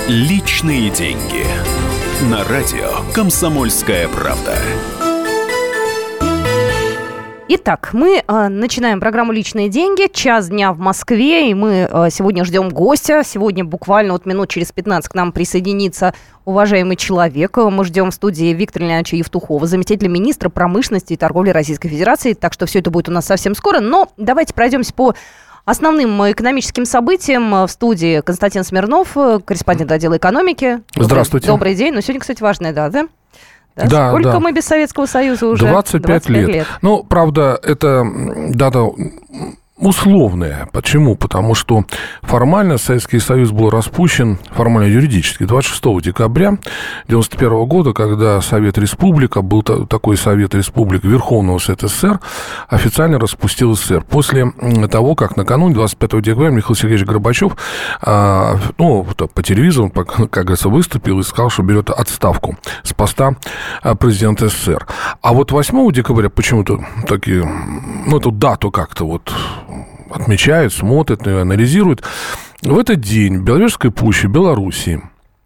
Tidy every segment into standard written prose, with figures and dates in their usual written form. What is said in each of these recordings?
Личные деньги. На радио «Комсомольская правда». Итак, мы начинаем программу «Личные деньги». Час дня в Москве, и мы сегодня ждем гостя. Сегодня буквально вот минут через 15 к нам присоединится уважаемый человек. Мы ждем в студии Виктора Леонидовича Евтухова, заместителя министра промышленности и торговли Российской Федерации. Так что все это будет у нас совсем скоро. Но давайте пройдемся по основным экономическим событиям. В студии Константин Смирнов, корреспондент отдела экономики. Здравствуйте. Добрый день. Но сегодня, кстати, важная дата. Да, Сколько да. мы без Советского Союза уже? 25 лет. Ну, правда, это дата условная. Почему? Потому что формально Советский Союз был распущен, формально юридически, 26 декабря 1991 года, когда Совет Республика, был такой Совет Республик Верховного Совета СССР, официально распустил СССР. После того, как накануне, 25 декабря, Михаил Сергеевич Горбачев, по телевизору, как говорится, выступил и сказал, что берет отставку с поста президента СССР. А вот 8 декабря почему-то такие, эту дату как-то вот отмечают, смотрят, анализируют. В этот день в Беловежской пуще Белоруссии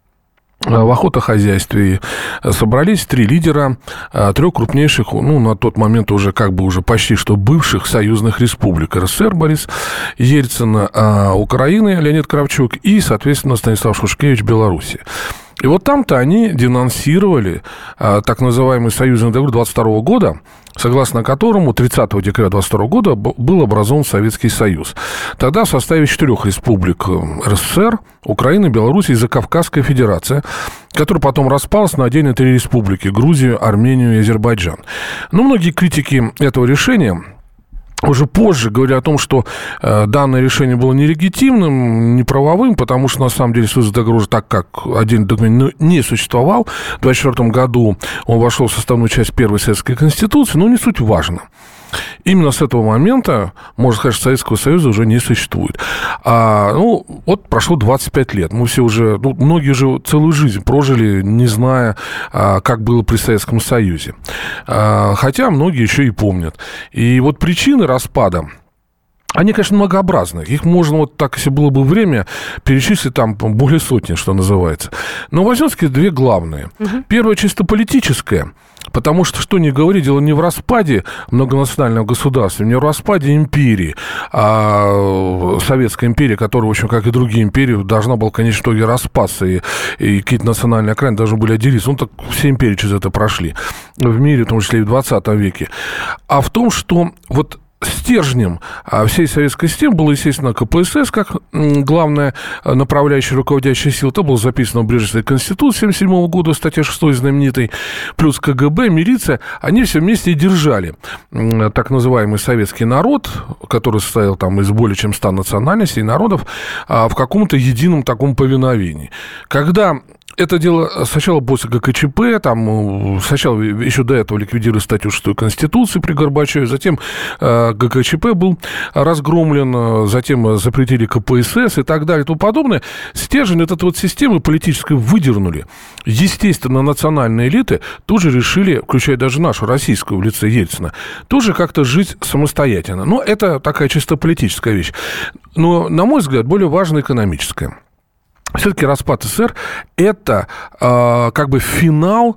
в охотохозяйстве собрались 3 лидера 3 крупнейших, на тот момент уже почти что бывших союзных республик: РСФСР Борис Ельцин, Украины Леонид Кравчук и, соответственно, Станислав Шушкевич Беларуси. И вот там-то они денонсировали так называемый союзный договор 22 года, согласно которому 30 декабря 22 года был образован Советский Союз. Тогда в составе 4 республик: РСФСР, Украины, Беларуси и Закавказская Федерация, которая потом распалась на отдельные 3 республики: Грузию, Армению и Азербайджан. Но многие критики этого решения уже позже говорили о том, что данное решение было нелегитимным, неправовым, потому что, на самом деле, Союзный договор уже так как отдельный документ не существовал. В 1924 году он вошел в составную часть первой Советской Конституции, но не суть важно. Именно с этого момента, можно сказать, что Советского Союза уже не существует. Вот прошло 25 лет. Мы все уже, многие же целую жизнь прожили, не зная, как было при Советском Союзе. Хотя многие еще и помнят. И вот причины распада, они, конечно, многообразны. Их можно, вот так, если было бы время, перечислить там более сотни, что называется. Но возьмем 2 главные. Первое чисто политическое. Потому что ни говори, дело не в распаде многонационального государства, не в распаде империи, а Советская империя, которая, в общем, как и другие империи, должна была в конечном итоге распасться, и какие-то национальные окраины должны были отделиться. Так все империи через это прошли в мире, в том числе и в 20 веке. А в том, что вот стержнем всей советской системы было, естественно, КПСС, как главная направляющая руководящая сила. Это было записано в Брежневской Конституции 1977 года, статья 6 знаменитой, плюс КГБ, милиция. Они все вместе и держали так называемый советский народ, который состоял там из более чем 100 национальностей и народов, в каком-то едином таком повиновении. Когда это дело сначала после ГКЧП, сначала еще до этого ликвидировали статью 6 Конституции при Горбачеве, затем ГКЧП был разгромлен, затем запретили КПСС и так далее и тому подобное. Стержень этой вот системы политической выдернули. Естественно, национальные элиты тоже решили, включая даже нашу российскую в лице Ельцина, тоже как-то жить самостоятельно. Но это такая чисто политическая вещь. Но, на мой взгляд, более важная экономическая. Все-таки распад СССР – это финал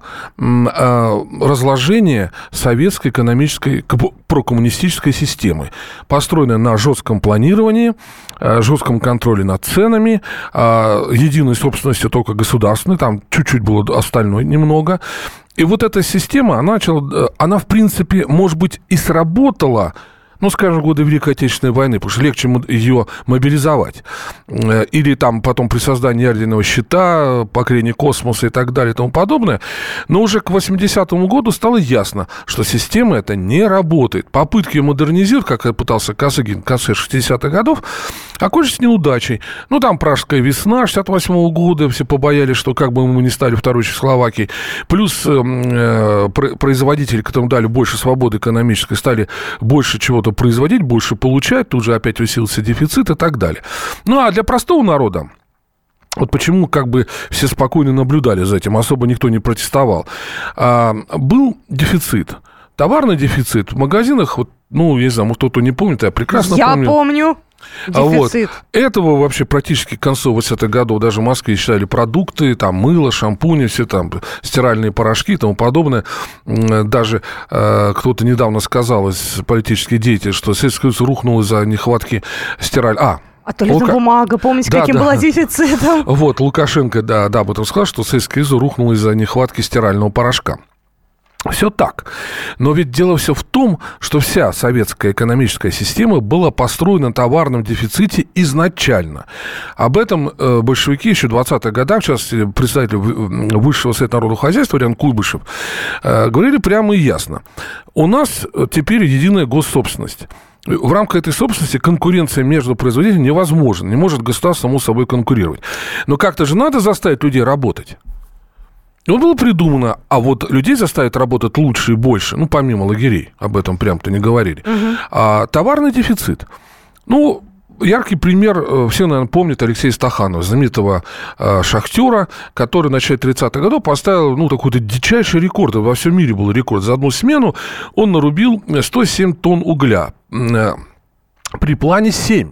разложения советской экономической прокоммунистической системы, построенной на жестком планировании, жестком контроле над ценами, единой собственности только государственной, там чуть-чуть было остальное немного. И вот эта система, она в принципе, может быть, и сработала, скажем, в годы Великой Отечественной войны, потому что легче ее мобилизовать. Или там потом при создании ядерного щита, покорении космоса и так далее и тому подобное. Но уже к 80-му году стало ясно, что система эта не работает. Попытки ее модернизировать, как пытался Косыгин в конце 60-х годов, окончились неудачей. Там Пражская весна 68-го года, все побоялись, что как бы мы не стали второй Чехословакией. Плюс производители, которым дали больше свободы экономической, стали больше чего-то производить, больше получать, тут же опять усилился дефицит и так далее. А для простого народа, вот почему все спокойно наблюдали за этим, особо никто не протестовал, был дефицит. Товарный дефицит в магазинах, я не знаю, может, кто-то не помнит, я прекрасно помню. Я помню. Дефицит. Этого вообще практически к концу 80-х годов даже в Москве считали продукты, там мыло, шампуни, все там стиральные порошки и тому подобное. Даже кто-то недавно сказал из политических деятелей, что Советский Союз рухнул из-за нехватки стиральной... туалетная бумага, помните, каким была дефицитом? Вот, Лукашенко, об этом сказал, что Советский Союз рухнул из-за нехватки стирального порошка. Все так. Но ведь дело все в том, что вся советская экономическая система была построена на товарном дефиците изначально. Об этом большевики еще в 20-х годах, в частности, председатель Высшего совета народного хозяйства Вариант Куйбышев, говорили прямо и ясно. У нас теперь единая госсобственность. В рамках этой собственности конкуренция между производителями невозможна. Не может государство само с собой конкурировать. Но как-то же надо заставить людей работать. И вот было придумано, а вот людей заставить работать лучше и больше, помимо лагерей, об этом прям-то не говорили, товарный дефицит. Яркий пример, все, наверное, помнят Алексея Стаханова, знаменитого шахтера, который в начале 30-х годов поставил, такой-то дичайший рекорд. Во всем мире был рекорд. За одну смену он нарубил 107 тонн угля. При плане 7.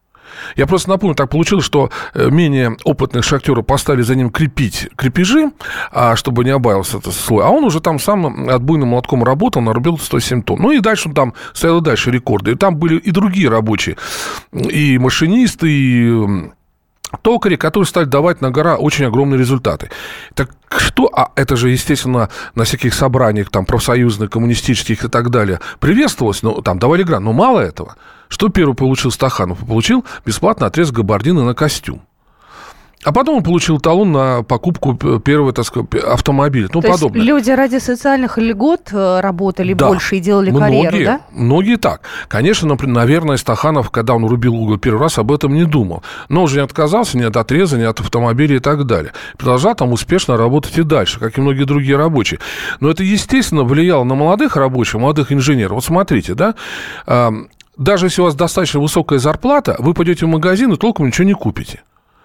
Я просто напомню, так получилось, что менее опытных шахтеров поставили за ним крепить крепежи, чтобы не обавился этот слой. А он уже там сам отбойным молотком работал, нарубил 107 тонн. И дальше он там стоял дальше рекорды. И там были и другие рабочие, и машинисты, и токари, которые стали давать на гора очень огромные результаты. Так что? Это же, естественно, на всяких собраниях там, профсоюзных, коммунистических и так далее приветствовалось. Там давали грант. Но мало этого. Что первый получил Стаханов? Получил бесплатно отрез габардины на костюм. А потом он получил талон на покупку первого, автомобиля. То подобное. Есть люди ради социальных льгот работали больше и делали карьеру, да? Многие так. Конечно, наверное, Стаханов, когда он рубил уголь первый раз, об этом не думал. Но уже не отказался ни от отреза, ни от автомобиля и так далее. Продолжал там успешно работать и дальше, как и многие другие рабочие. Но это, естественно, влияло на молодых рабочих, молодых инженеров. Вот смотрите, да? Даже если у вас достаточно высокая зарплата, вы пойдете в магазин и толком ничего не купите.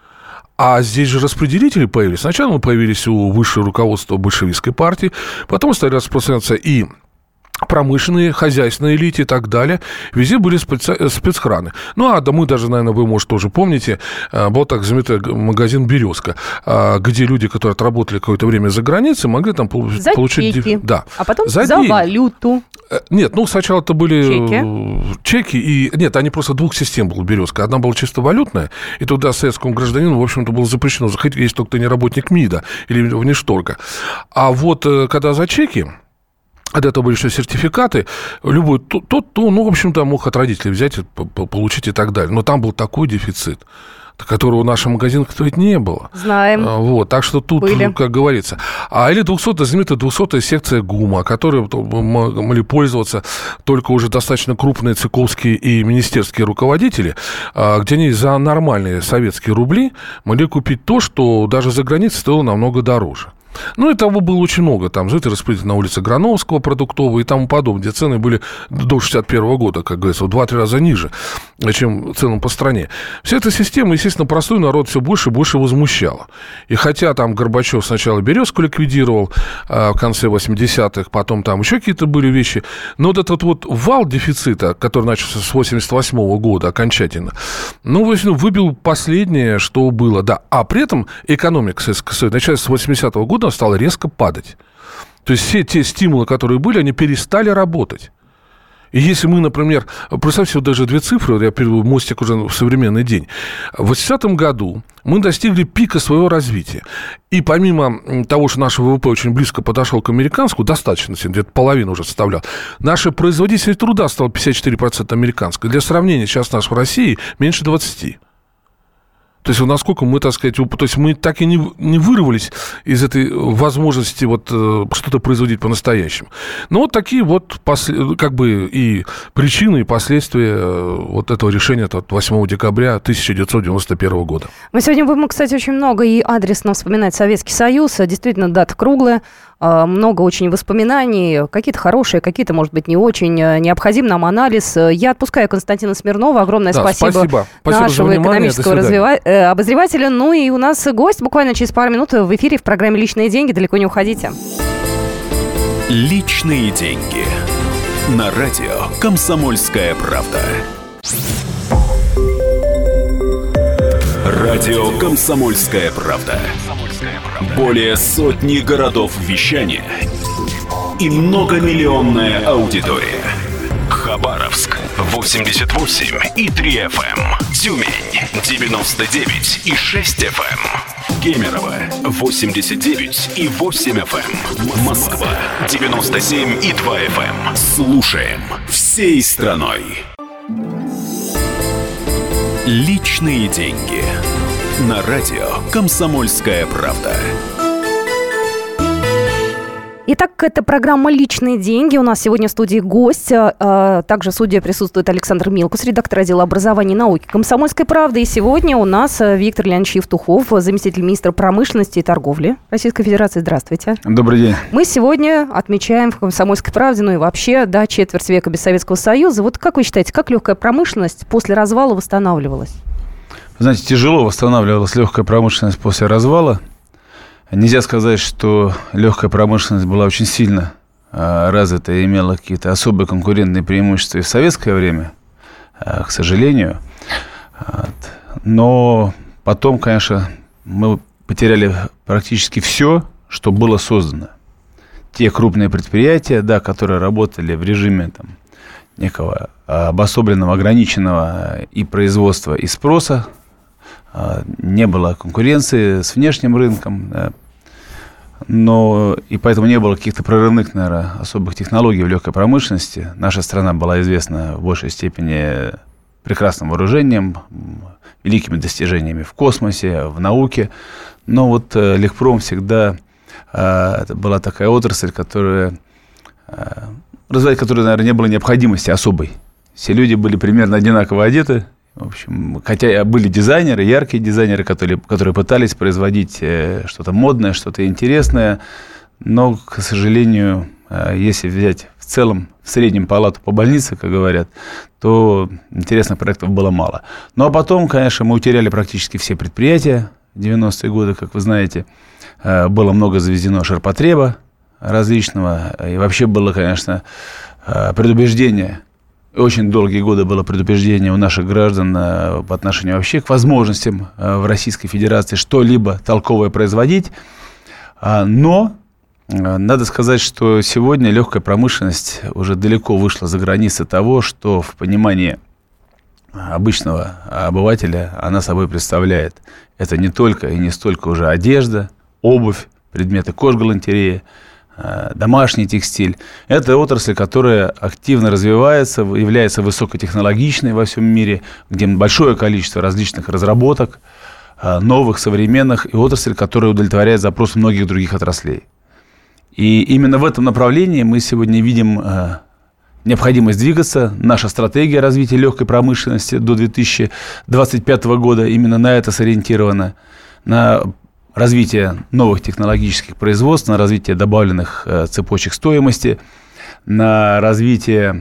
А здесь же распределители появились. Сначала появились у высшего руководства большевистской партии, потом стали распространяться и промышленные, хозяйственные элиты и так далее. Везде были спецхраны. Мы даже, наверное, вы, может, тоже помните, был так знаменитый магазин «Березка», где люди, которые отработали какое-то время за границей, могли там получить... Чеки. Да. А потом за валюту. Нет, сначала это были чеки. Нет, они просто двух систем была «Березка». Одна была чисто валютная, и туда советскому гражданину, в общем-то, было запрещено заходить, если только ты не работник МИДа или внешторга. А вот когда за чеки, от этого были еще сертификаты, любой, в общем-то, мог от родителей взять, получить и так далее. Но там был такой дефицит, которого в нашем магазине ведь не было. Знаем. Так что тут, как говорится. Или знаменитая 200-я секция ГУМа, которой могли пользоваться только уже достаточно крупные цеховские и министерские руководители, где они за нормальные советские рубли могли купить то, что даже за границей стоило намного дороже. И того было очень много. Там жители распределили на улице Грановского, продуктового и тому подобное, где цены были до 1961 года, как говорится, в 2-3 раза ниже, чем в целом по стране. Вся эта система, естественно, простой народ все больше и больше возмущала. И хотя там Горбачев сначала «Березку» ликвидировал в конце 80-х, потом там еще какие-то были вещи, но вот этот вот вал дефицита, который начался с 88 года окончательно, выбил последнее, что было. Да. А при этом экономика Советского Союза, начиная с 80-го года, стала резко падать. То есть все те стимулы, которые были, они перестали работать. И если мы, например, представьте даже две цифры, я переведу мостик уже в современный день. В 80-м году мы достигли пика своего развития. И помимо того, что наш ВВП очень близко подошел к американскому, достаточно, где-то половину уже составлял, наша производительность труда стала 54% американской. Для сравнения, сейчас наш в России меньше 20%. То есть, насколько мы, так сказать, то есть мы так и не вырвались из этой возможности что-то производить по-настоящему. Такие и причины, и последствия этого решения от 8 декабря 1991 года. Мы сегодня будем, кстати, очень много и адресно вспоминать Советский Союз. Действительно, дата круглая. Много очень воспоминаний, какие-то хорошие, какие-то, может быть, не очень. Необходим нам анализ. Я отпускаю Константина Смирнова. Огромное спасибо нашего экономического обозревателя. И у нас гость буквально через пару минут в эфире в программе «Личные деньги». Далеко не уходите. Личные деньги. На радио «Комсомольская правда». Радио «Комсомольская правда». Более сотни городов вещания и многомиллионная аудитория. Хабаровск 88,3 FM, Тюмень 99,6 FM, Кемерово 89,8 FM, Москва 97,2 FM. Слушаем всей страной. Личные деньги. На радио «Комсомольская правда». Итак, это программа «Личные деньги». У нас сегодня в студии гость. Также в студии присутствует Александр Милкус, редактор отдела образования и науки «Комсомольской правды». И сегодня у нас Виктор Леонидович Евтухов, заместитель министра промышленности и торговли Российской Федерации. Здравствуйте. Добрый день. Мы сегодня отмечаем в «Комсомольской правде», ну и вообще, да, четверть века без Советского Союза. Вот как вы считаете, как легкая промышленность после развала восстанавливалась? Знаете, тяжело восстанавливалась легкая промышленность после развала. Нельзя сказать, что легкая промышленность была очень сильно развита и имела какие-то особые конкурентные преимущества и в советское время, к сожалению. Но потом, конечно, мы потеряли практически все, что было создано. Те крупные предприятия, да, которые работали в режиме там, некого обособленного, ограниченного и производства, и спроса, не было конкуренции с внешним рынком, да, но и поэтому не было каких-то прорывных, наверное, особых технологий в легкой промышленности. Наша страна была известна в большей степени прекрасным вооружением, великими достижениями в космосе, в науке. Но вот Легпром всегда это была такая отрасль, развивать которую, наверное, не было необходимости особой. Все люди были примерно одинаково одеты. В общем, хотя были дизайнеры, яркие дизайнеры, которые пытались производить что-то модное, что-то интересное, но, к сожалению, если взять в целом, в среднем палату по больнице, как говорят, то интересных проектов было мало. Ну, а потом, конечно, мы утеряли практически все предприятия в 90-е годы, как вы знаете. Было много завезено ширпотреба различного, и вообще было, конечно, предубеждение. Очень долгие годы было предупреждение у наших граждан по отношению вообще к возможностям в Российской Федерации что-либо толковое производить. Но надо сказать, что сегодня легкая промышленность уже далеко вышла за границы того, что в понимании обычного обывателя она собой представляет. Это не только и не столько уже одежда, обувь, предметы кожгалантереи, домашний текстиль. Это отрасль, которая активно развивается, является высокотехнологичной во всем мире, где большое количество различных разработок, новых, современных, и отрасль, которая удовлетворяет запросы многих других отраслей. И именно в этом направлении мы сегодня видим необходимость двигаться. Наша стратегия развития легкой промышленности до 2025 года именно на это сориентирована, на развитие новых технологических производств, на развитие добавленных цепочек стоимости, на развитие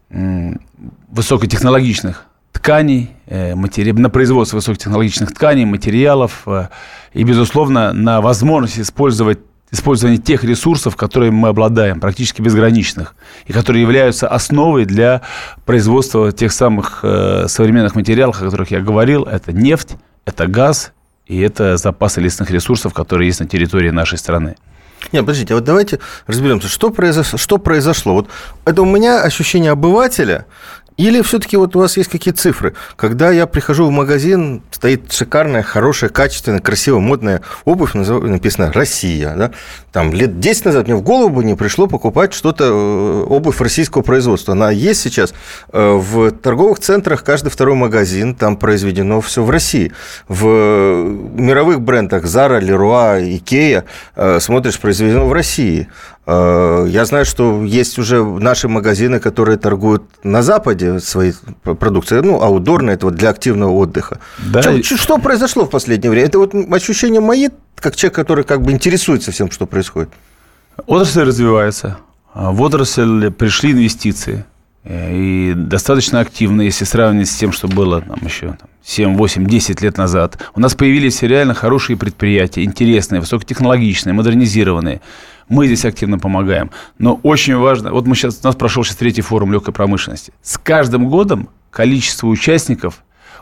высокотехнологичных тканей, на производство высокотехнологичных тканей, материалов и, безусловно, на возможность использования тех ресурсов, которыми мы обладаем, практически безграничных, и которые являются основой для производства тех самых современных материалов, о которых я говорил. Это нефть, это газ, и это запасы лесных ресурсов, которые есть на территории нашей страны. Нет, подождите, а вот давайте разберемся, что произошло. Вот это у меня ощущение обывателя, или все-таки вот у вас есть какие-то цифры? Когда я прихожу в магазин, стоит шикарная, хорошая, качественная, красивая, модная обувь, написано «Россия». Да? Там лет 10 назад мне в голову бы не пришло покупать что-то, обувь российского производства. Она есть сейчас в торговых центрах, каждый второй магазин, там произведено все в России. В мировых брендах Zara, Leroy, Ikea смотришь, произведено в России. Я знаю, что есть уже наши магазины, которые торгуют на Западе своей продукцией, аутдорной, это вот для активного отдыха. Да. Что произошло в последнее время? Это вот ощущения мои, как человек, который как бы интересуется всем, что происходит. Отрасль развивается, в отрасль пришли инвестиции, и достаточно активно, если сравнивать с тем, что было еще 7, 8, 10 лет назад. У нас появились реально хорошие предприятия, интересные, высокотехнологичные, модернизированные. Мы здесь активно помогаем. Но очень важно, вот у нас прошел сейчас 3-й форум легкой промышленности. С каждым годом количество участников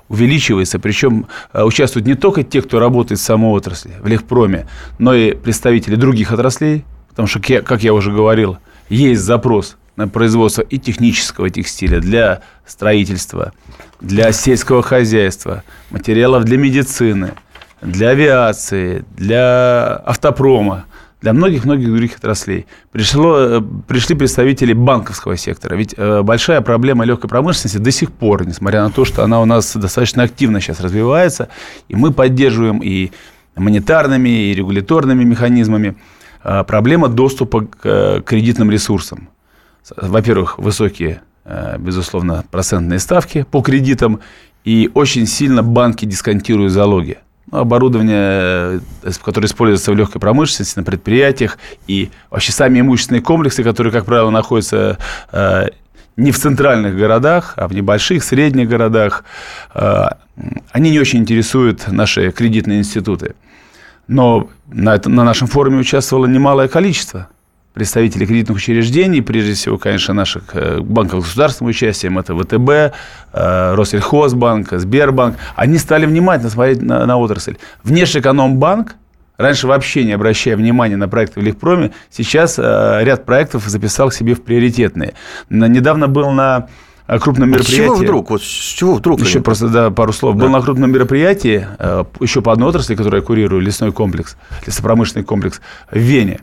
увеличивается. Причем участвуют не только те, кто работает в самой отрасли, в легпроме, но и представители других отраслей. Потому что, как я уже говорил, есть запрос на производство и технического текстиля для строительства, для сельского хозяйства, материалов для медицины, для авиации, для автопрома, для многих-многих других отраслей. Пришли представители банковского сектора. Ведь большая проблема легкой промышленности до сих пор, несмотря на то, что она у нас достаточно активно сейчас развивается, и мы поддерживаем и монетарными, и регуляторными механизмами, проблема доступа к кредитным ресурсам. Во-первых, высокие, безусловно, процентные ставки по кредитам, и очень сильно банки дисконтируют залоги. Оборудование, которое используется в легкой промышленности, на предприятиях, и вообще сами имущественные комплексы, которые, как правило, находятся не в центральных городах, а в небольших, средних городах, они не очень интересуют наши кредитные институты. Но на нашем форуме участвовало немалое количество представителей кредитных учреждений, прежде всего, конечно, наших банков с государственным участием, это ВТБ, Россельхозбанк, Сбербанк. Они стали внимательно смотреть на отрасль. Внешэкономбанк, раньше вообще не обращая внимания на проекты в легпроме, сейчас ряд проектов записал к себе в приоритетные. Недавно был на крупном мероприятии. С чего вдруг? Вот с чего вдруг? Еще просто, пару слов. Да. Был на крупном мероприятии, еще по одной отрасли, которую я курирую, лесной комплекс, лесопромышленный комплекс в Вене.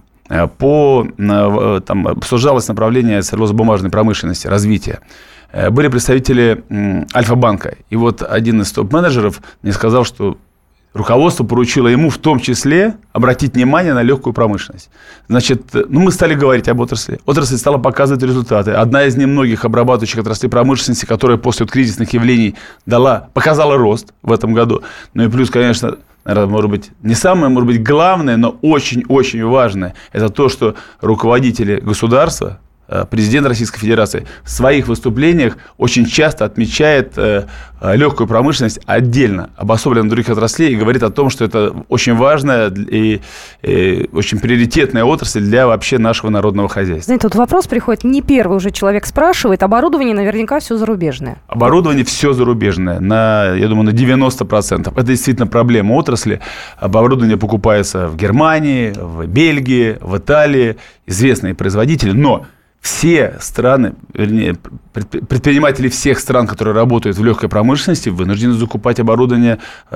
Там обсуждалось направление целлюлозно-бумажной промышленности, развития. Были представители Альфа-банка. И вот один из топ-менеджеров мне сказал, что руководство поручило ему в том числе обратить внимание на легкую промышленность. Значит, мы стали говорить об отрасли. Отрасль стала показывать результаты. Одна из немногих обрабатывающих отраслей промышленности, которая после кризисных явлений показала рост в этом году. Ну и плюс, конечно, наверное, может быть, не самое, может быть, главное, но очень-очень важное, это то, что руководители государства, президент Российской Федерации в своих выступлениях очень часто отмечает легкую промышленность отдельно, обособленно от других отраслей, и говорит о том, что это очень важная и очень приоритетная отрасль для вообще нашего народного хозяйства. Знаете, тут вопрос приходит, не первый уже человек спрашивает, оборудование наверняка все зарубежное. Оборудование все зарубежное, я думаю, на 90%. Это действительно проблема отрасли. Оборудование покупается в Германии, в Бельгии, в Италии, известные производители, но все страны, вернее, предприниматели всех стран, которые работают в легкой промышленности, вынуждены закупать оборудование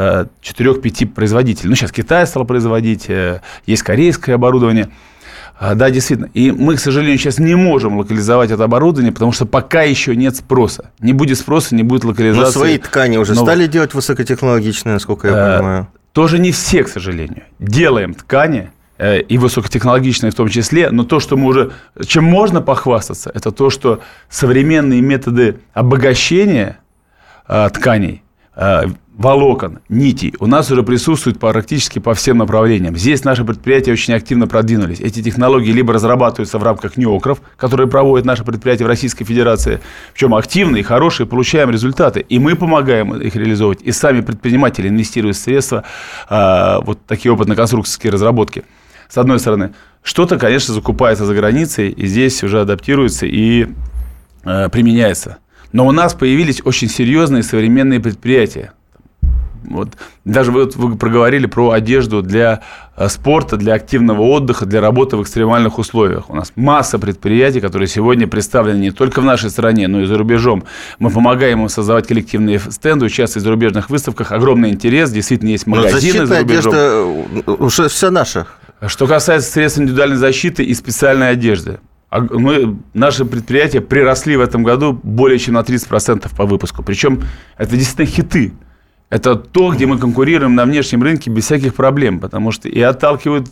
4-5 производителей. Ну, сейчас Китай стал производить, есть корейское оборудование. Да, действительно. И мы, к сожалению, сейчас не можем локализовать это оборудование, потому что пока еще нет спроса. Не будет спроса, не будет локализации. Но свои ткани уже стали делать высокотехнологичные, насколько я понимаю. Тоже не все, к сожалению. Делаем ткани, и высокотехнологичные в том числе, но то, что мы уже, чем можно похвастаться, это то, что современные методы обогащения тканей, волокон, нитей у нас уже присутствуют практически по всем направлениям. Здесь наши предприятия очень активно продвинулись. Эти технологии либо разрабатываются в рамках НИОКРов, которые проводят наши предприятия в Российской Федерации, причем активные и хорошие, получаем результаты. И мы помогаем их реализовывать. И сами предприниматели инвестируют средства вот такие опытно-конструкторские разработки. С одной стороны, что-то, конечно, закупается за границей, и здесь уже адаптируется и применяется. Но у нас появились очень серьезные современные предприятия. Вот. Даже вы проговорили про одежду для спорта, для активного отдыха, для работы в экстремальных условиях. У нас масса предприятий, которые сегодня представлены не только в нашей стране, но и за рубежом. Мы помогаем им создавать коллективные стенды, участвовать в зарубежных выставках. Огромный интерес, действительно есть магазины за рубежом. Одежда уже вся наша. Что касается средств индивидуальной защиты и специальной одежды. Наши предприятия приросли в этом году более чем на 30% по выпуску. Причем это действительно хиты. Это то, где мы конкурируем на внешнем рынке без всяких проблем, потому что и отталкивают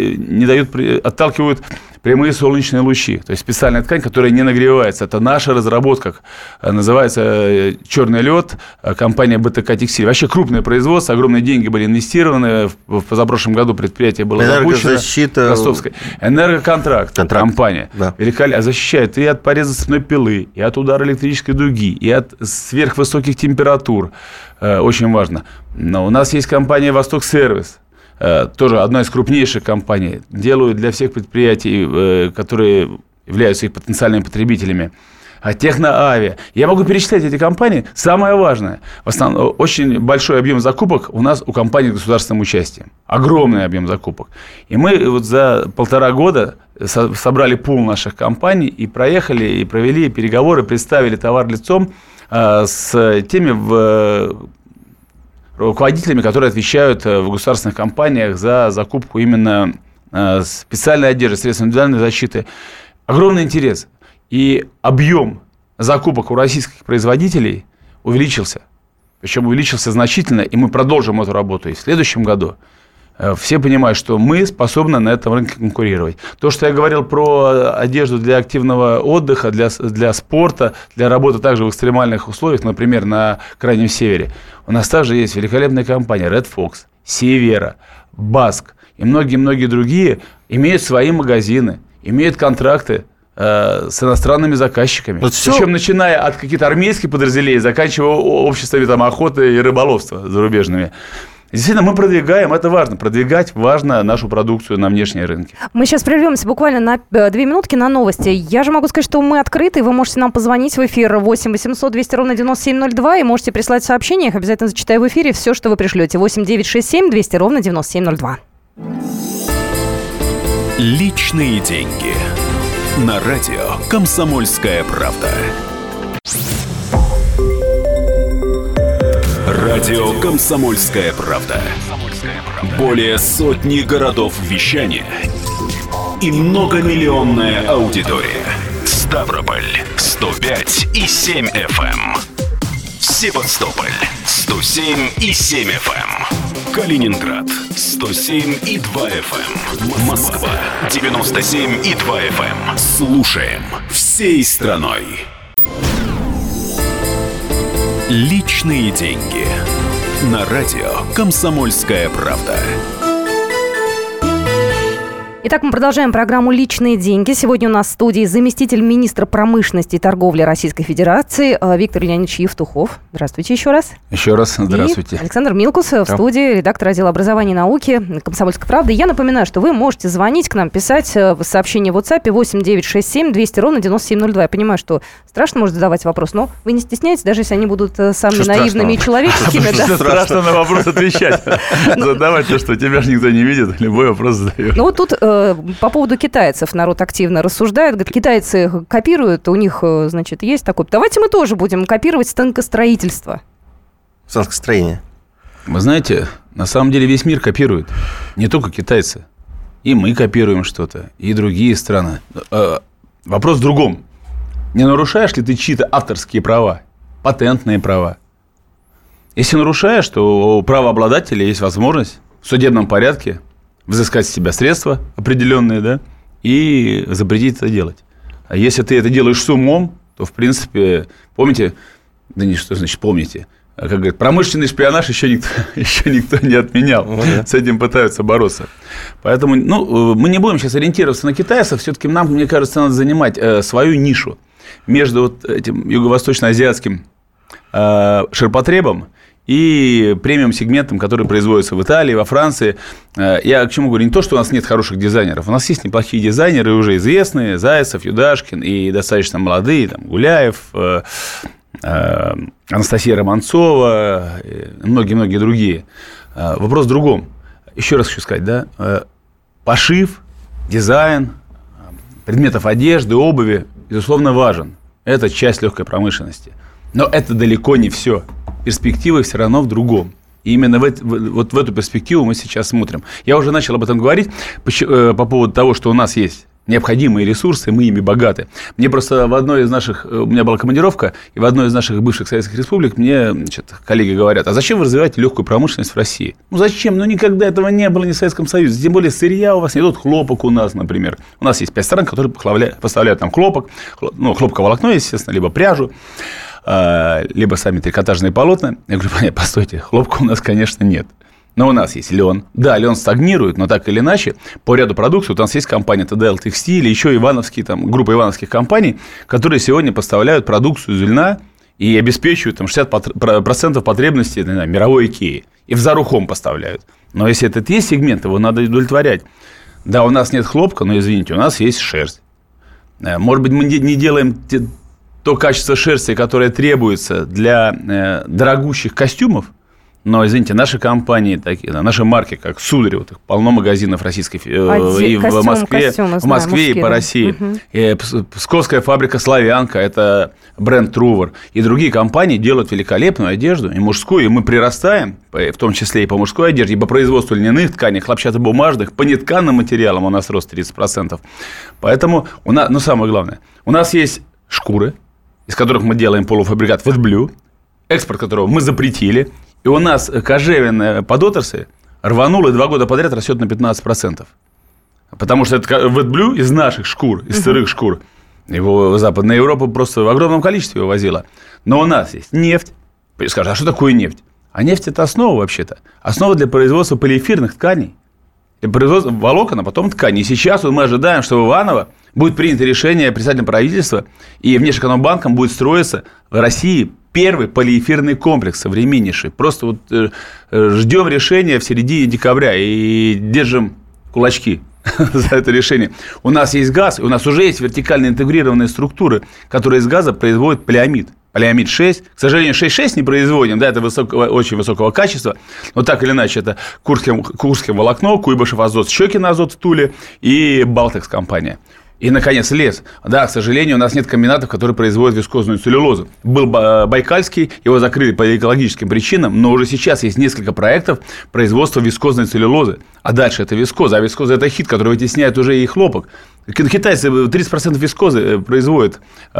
прямые солнечные лучи. То есть специальная ткань, которая не нагревается. Это наша разработка. Называется «Черный лед», компания БТК «Текстиль». Вообще крупное производство, огромные деньги были инвестированы. В позапрошлом году предприятие было запущено. Энергозащита. Ростовская. Энергоконтракт. Компания. Да. Великолепно. Защищает и от пореза цепной пилы, и от удара электрической дуги, и от сверхвысоких температур. Очень важно. Но у нас есть компания «Восток Сервис», тоже одна из крупнейших компаний. Делают для всех предприятий, которые являются их потенциальными потребителями, Техноавиа. Я могу перечислять эти компании. Самое важное, в основном, очень большой объем закупок у нас у компаний с государственным участием. Огромный объем закупок. И мы вот за 1,5 года собрали пул наших компаний и проехали, и провели переговоры, представили товар лицом с теми руководителями, которые отвечают в государственных компаниях за закупку именно специальной одежды, средств индивидуальной защиты. Огромный интерес. И объем закупок у российских производителей увеличился. Причем увеличился значительно, и мы продолжим эту работу и в следующем году. Все понимают, что мы способны на этом рынке конкурировать. То, что я говорил про одежду для активного отдыха, для спорта, для работы также в экстремальных условиях, например, на Крайнем Севере, у нас также есть великолепная компания Red Fox, Севера, Баск и многие-многие другие имеют свои магазины, имеют контракты с иностранными заказчиками. Причем начиная от каких-то армейских подразделений, заканчивая обществами охоты и рыболовства зарубежными. Действительно, мы продвигаем, это важно, продвигать важно нашу продукцию на внешние рынки. Мы сейчас прервемся буквально на 2 минутки на новости. Я же могу сказать, что мы открыты, вы можете нам позвонить в эфир 8 800 200 ровно 9702 и можете прислать сообщения, их обязательно зачитаю в эфире, все, что вы пришлете. 8 967 200 ровно 9702. Личные деньги. На радио «Комсомольская правда». Радио «Комсомольская правда». Более сотни городов вещания и многомиллионная аудитория. Ставрополь 105,7 FM. Севастополь 107,7 FM. Калининград 107,2 FM. Москва 97,2 FM. Слушаем всей страной. Личные деньги. На радио «Комсомольская правда». Итак, мы продолжаем программу «Личные деньги». Сегодня у нас в студии заместитель министра промышленности и торговли Российской Федерации Виктор Леонидович Евтухов. Здравствуйте еще раз. Еще раз здравствуйте. И Александр Милкус в студии, редактор отдела образования и науки «Комсомольской правды». Я напоминаю, что вы можете звонить к нам, писать сообщение в WhatsApp 8 967 200 ровно 9702. Я понимаю, что страшно может задавать вопрос, но вы не стесняйтесь, даже если они будут самыми наивными и человеческими. Страшно на вопрос отвечать. Задавать то, что тебя же никто не видит, любой вопрос задаешь. Ну вот тут по поводу китайцев народ активно рассуждает. Говорит, китайцы копируют, у них, значит, есть такой. Давайте мы тоже будем копировать станкостроительство. Станкостроение. Вы знаете, на самом деле весь мир копирует. Не только китайцы. И мы копируем что-то, и другие страны. Вопрос в другом. Не нарушаешь ли ты чьи-то авторские права, патентные права? Если нарушаешь, то у правообладателя есть возможность в судебном порядке взыскать с тебя средства определенные, да, и запретить это делать. А если ты это делаешь с умом, то, в принципе, помните, да не что значит помните, как говорят, промышленный шпионаж еще никто не отменял. С этим пытаются бороться. Поэтому мы не будем сейчас ориентироваться на китайцев, все-таки нам, мне кажется, надо занимать свою нишу между вот этим юго-восточно-азиатским ширпотребом и премиум-сегментом, который производится в Италии, во Франции. Я к чему говорю? Не то, что у нас нет хороших дизайнеров. У нас есть неплохие дизайнеры, уже известные. Зайцев, Юдашкин и достаточно молодые. Там, Гуляев, Анастасия Романцова, многие-многие другие. Вопрос в другом. Еще раз хочу сказать, да? Пошив, дизайн предметов одежды, обуви, безусловно, важен. Это часть легкой промышленности. Но это далеко не все. Перспективы все равно в другом. И именно вот в эту перспективу мы сейчас смотрим. Я уже начал об этом говорить по поводу того, что у нас есть необходимые ресурсы, мы ими богаты. Мне просто в одной из наших, у меня была командировка, и в одной из наших бывших советских республик мне коллеги говорят, а зачем вы развиваете легкую промышленность в России? Ну зачем? Ну никогда этого не было ни в Советском Союзе. Тем более сырья у вас нет, хлопок у нас, например. У нас есть 5 стран, которые поставляют нам хлопок, хлопковое волокно, естественно, либо пряжу, либо сами трикотажные полотна. Я говорю, постойте, хлопка у нас, конечно, нет. Но у нас есть лен. Да, лен стагнирует, но так или иначе, по ряду продукции у нас есть компания ТДЛ Текстиль, еще ивановские, группа ивановских компаний, которые сегодня поставляют продукцию из льна и обеспечивают 60% потребностей мировой Икеи. И в Зарухом поставляют. Но если этот есть сегмент, его надо удовлетворять. Да, у нас нет хлопка, но, извините, у нас есть шерсть. Может быть, мы не делаем то качество шерсти, которое требуется для дорогущих костюмов, но, извините, наши компании, наши марки, как Сударь, их полно магазинов российских и в Москве и по России. Псковская фабрика «Славянка», это бренд Трувор. И другие компании делают великолепную одежду, и мужскую, и мы прирастаем, в том числе и по мужской одежде, и по производству льняных тканей, хлопчатобумажных, по нетканным материалам у нас рост 30%. Поэтому, самое главное, у нас есть шкуры, из которых мы делаем полуфабрикат ветблю, экспорт которого мы запретили. И у нас кожевенная подотрасль рванула и 2 года подряд растет на 15%. Потому что это ветблю из наших шкур, из сырых шкур. Его Западная Европа просто в огромном количестве его возила. Но у нас есть нефть. Скажут, а что такое нефть? А нефть – это основа вообще-то. Основа для производства полиэфирных тканей. Для производства волокон, а потом тканей. И сейчас мы ожидаем, что в Иваново будет принято решение председателем правительства, и Внешэкономбанком будет строиться в России первый полиэфирный комплекс современнейший. Просто ждем решения в середине декабря и держим кулачки за это решение. У нас есть газ, и у нас уже есть вертикально интегрированные структуры, которые из газа производят полиамид. Полиамид-6. К сожалению, 6,6 не производим, да, это очень высокого качества, но так или иначе, это Курское волокно, Куйбышев азот, Щекин азот в Туле и Балтекс компания. И, наконец, лес. Да, к сожалению, у нас нет комбинатов, которые производят вискозную целлюлозу. Был Байкальский, его закрыли по экологическим причинам, но уже сейчас есть несколько проектов производства вискозной целлюлозы. А дальше это вискоза. А вискоза – это хит, который вытесняет уже и хлопок. Китайцы 30% вискозы производят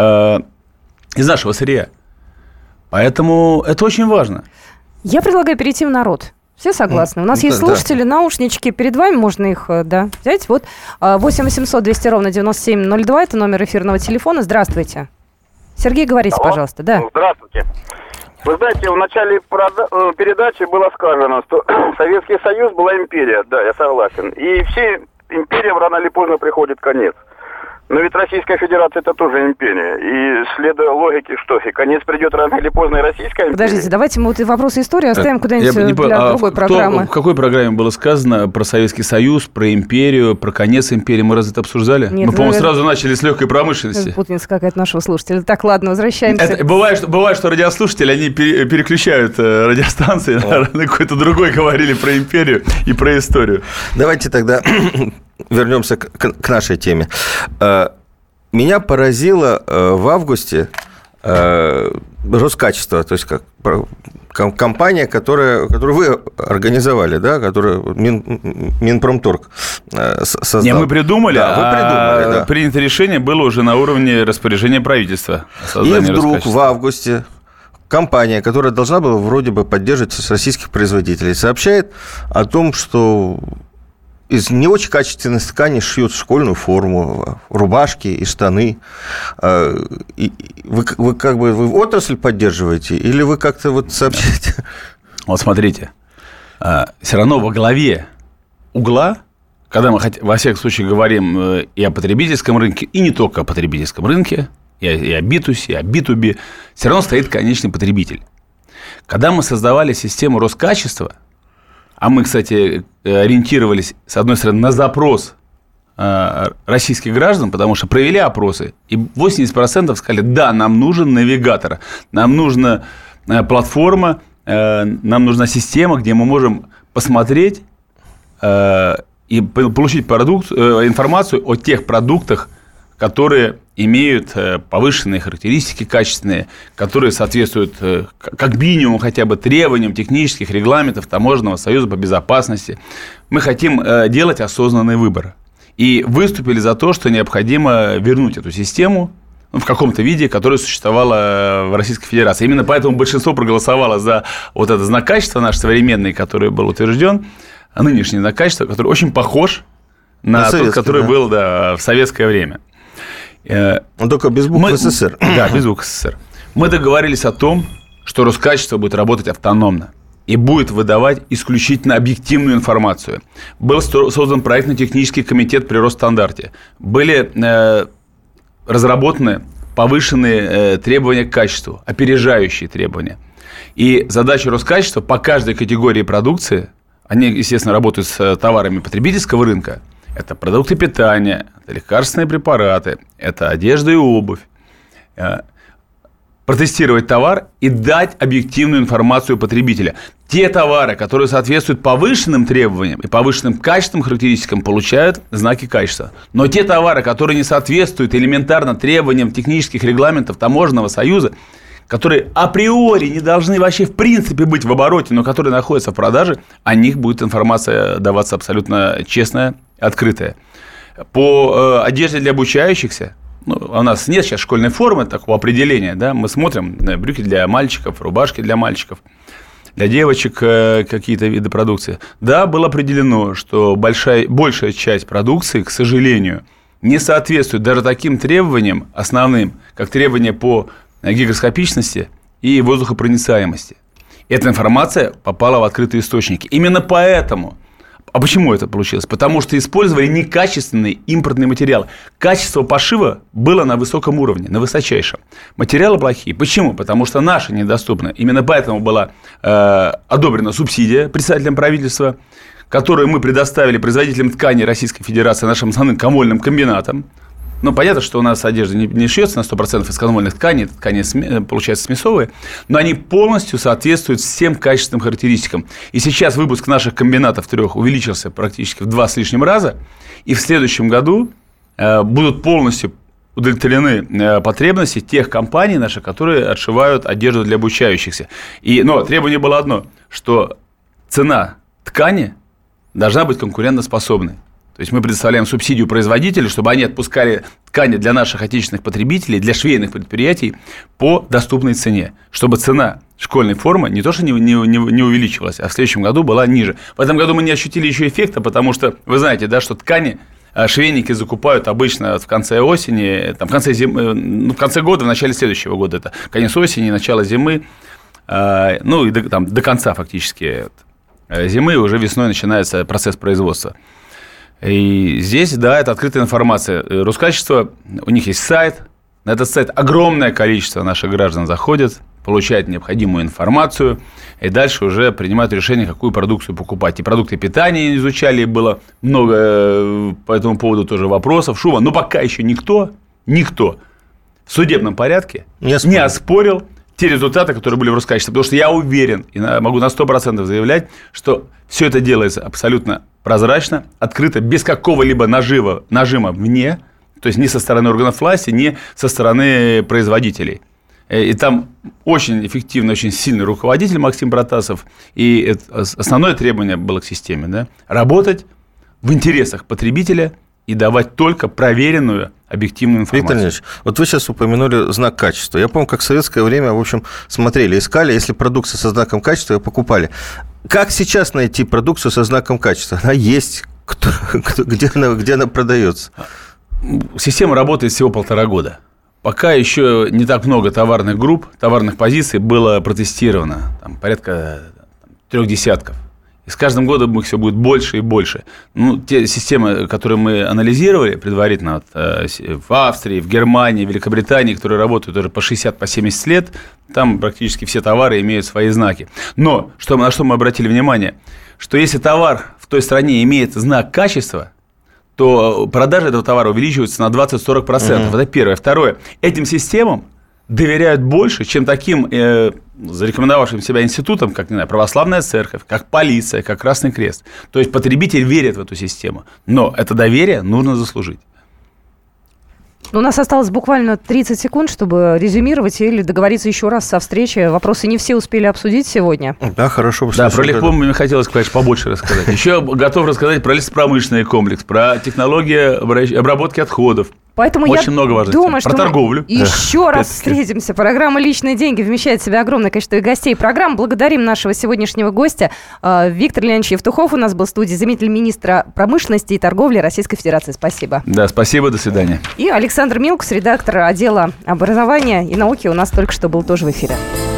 из нашего сырья. Поэтому это очень важно. Я предлагаю перейти в народ. Все согласны? У нас есть слушатели, наушнички перед вами, можно их взять. Вот 8 800 200 ровно 9702, это номер эфирного телефона. Здравствуйте. Сергей, говорите, пожалуйста. Да. Здравствуйте. Вы знаете, в начале передачи было сказано, что Советский Союз была империя. Да, я согласен. И все империям рано или поздно приходит конец. Но ведь Российская Федерация – это тоже империя. И следуя логике, что и конец придет рано или поздно и Российская империя. Подождите, давайте мы вопросы истории оставим куда-нибудь для другой программы. В какой программе было сказано про Советский Союз, про империю, про конец империи? Мы разве это обсуждали? Нет, мы, по-моему, сразу начали с легкой промышленности. Путаница какая-то нашего слушателя. Так, ладно, возвращаемся. Бывает, что радиослушатели, они переключают радиостанции, на какой-то другой говорили про империю и про историю. Давайте тогда вернемся к нашей теме. Меня поразило в августе Роскачество, то есть как компания, которую вы организовали, да, которую Минпромторг создал. Не, мы придумали, да. Принято решение было уже на уровне распоряжения правительства. И вдруг в августе компания, которая должна была вроде бы поддерживать российских производителей, сообщает о том, что из не очень качественных тканей шьют школьную форму, рубашки и штаны. Вы как бы вы отрасль поддерживаете или вы как-то вот сообщаете? Вот смотрите, все равно во главе угла, когда мы во всяком случае говорим и о потребительском рынке, и не только о потребительском рынке, и о B2C, и о B2B, все равно стоит конечный потребитель. Когда мы создавали систему Роскачества, а мы, кстати, ориентировались, с одной стороны, на запрос российских граждан, потому что провели опросы, и 80% сказали, да, нам нужен навигатор, нам нужна платформа, нам нужна система, где мы можем посмотреть и получить информацию о тех продуктах, которые имеют повышенные характеристики качественные, которые соответствуют как минимум хотя бы требованиям технических регламентов Таможенного союза по безопасности. Мы хотим делать осознанный выбор. И выступили за то, что необходимо вернуть эту систему в каком-то виде, которая существовала в Российской Федерации. Именно поэтому большинство проголосовало за вот этот знак качества наш современный, который был утвержден, нынешний знак качества, который очень похож на тот, который был в советское время. Он только без букв СССР. Да, без букв СССР. Мы договорились о том, что Роскачество будет работать автономно и будет выдавать исключительно объективную информацию. Был создан проектно-технический комитет при Росстандарте. Были разработаны повышенные требования к качеству, опережающие требования. И задача Роскачества по каждой категории продукции, они, естественно, работают с товарами потребительского рынка, это продукты питания, это лекарственные препараты, это одежда и обувь. протестировать товар и дать объективную информацию потребителя. Те товары, которые соответствуют повышенным требованиям и повышенным качественным характеристикам, получают знаки качества. Но те товары, которые не соответствуют элементарно требованиям технических регламентов Таможенного союза, которые априори не должны вообще в принципе быть в обороте, но которые находятся в продаже, о них будет информация даваться абсолютно честная, открытая. По одежде для обучающихся, у нас нет сейчас школьной формы такого определения, да? Мы смотрим на брюки для мальчиков, рубашки для мальчиков, для девочек какие-то виды продукции. Да, было определено, что большая часть продукции, к сожалению, не соответствует даже таким требованиям основным, как требования по гигроскопичности и воздухопроницаемости. Эта информация попала в открытые источники. Именно поэтому. А почему это получилось? Потому что использовали некачественный импортный материал. Качество пошива было на высоком уровне, на высочайшем. Материалы плохие. Почему? Потому что наши недоступны. Именно поэтому была одобрена субсидия представителям правительства, которую мы предоставили производителям ткани Российской Федерации, нашим основным комольным комбинатам. Ну, понятно, что у нас одежда не шьется на 100% из комольных тканей, ткани получаются смесовые, но они полностью соответствуют всем качественным характеристикам. И сейчас выпуск наших комбинатов 3 увеличился практически в 2 с лишним раза, и в следующем году будут полностью удовлетворены потребности тех компаний наших, которые отшивают одежду для обучающихся. Но требование было одно, что цена ткани должна быть конкурентоспособной. То есть мы предоставляем субсидию производителю, чтобы они отпускали ткани для наших отечественных потребителей, для швейных предприятий по доступной цене, чтобы цена школьной формы не то что не увеличивалась, а в следующем году была ниже. В этом году мы не ощутили еще эффекта, потому что вы знаете, да, что ткани швейники закупают обычно в конце осени, в конце зимы, в конце года, в начале следующего года. Это конец осени, начало зимы, и до конца фактически зимы, уже весной начинается процесс производства. И здесь, да, это открытая информация. Роскачество, у них есть сайт. На этот сайт огромное количество наших граждан заходят, получают необходимую информацию, и дальше уже принимают решение, какую продукцию покупать. И продукты питания изучали, было много по этому поводу тоже вопросов, шума. Но пока еще никто в судебном порядке не оспорил те результаты, которые были в Роскачестве. Потому что я уверен, и могу на 100% заявлять, что все это делается абсолютно прозрачно, открыто, без какого-либо нажима вне, то есть ни со стороны органов власти, ни со стороны производителей. И там очень эффективный, очень сильный руководитель Максим Протасов. И основное требование было к системе, да, работать в интересах потребителя и давать только проверенную объективную информацию. Виктор Ильич, вот вы сейчас упомянули знак качества. Я помню, как в советское время, в общем, смотрели, искали, если продукция со знаком качества, покупали. Как сейчас найти продукцию со знаком качества? Она есть, где она продается? Система работает всего 1,5 года. Пока еще не так много товарных групп, товарных позиций было протестировано. Там порядка 3 десятков. И с каждым годом их все будет больше и больше. Те системы, которые мы анализировали предварительно в Австрии, в Германии, в Великобритании, которые работают уже по 60-70 лет, там практически все товары имеют свои знаки. Но на что мы обратили внимание, что если товар в той стране имеет знак качества, то продажи этого товара увеличиваются на 20-40%. Это первое. Второе. Этим системам доверяют больше, чем таким зарекомендовавшим себя институтам, как, православная церковь, как полиция, как Красный Крест. То есть потребитель верит в эту систему. Но это доверие нужно заслужить. У нас осталось буквально 30 секунд, чтобы резюмировать или договориться еще раз со встречей. Вопросы не все успели обсудить сегодня. Да, хорошо. Да, про легком мне хотелось, конечно, побольше рассказать. Еще готов рассказать про лесопромышленный комплекс, про технологии обработки отходов. Поэтому очень много важных тем. Про торговлю. Еще раз встретимся. Программа «Личные деньги» вмещает в себя огромное количество гостей программ. Благодарим нашего сегодняшнего гостя. Виктор Леонидович Евтухов у нас был в студии, заместитель министра промышленности и торговли Российской Федерации. Спасибо. Да, спасибо, до свидания. И Александр Милкус, редактор отдела образования и науки, у нас только что был тоже в эфире.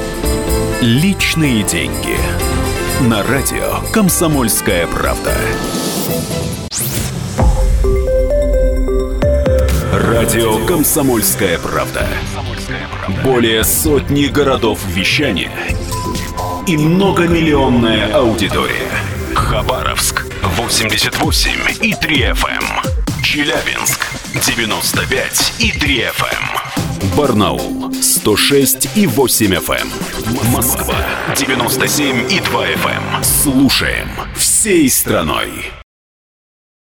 «Личные деньги». На радио «Комсомольская правда». Радио «Комсомольская правда». Более сотни городов вещания и многомиллионная аудитория. Хабаровск 88,3 FM. Челябинск 95,3 FM. Барнаул 106,8 FM. Москва 97,2 FM. Слушаем всей страной.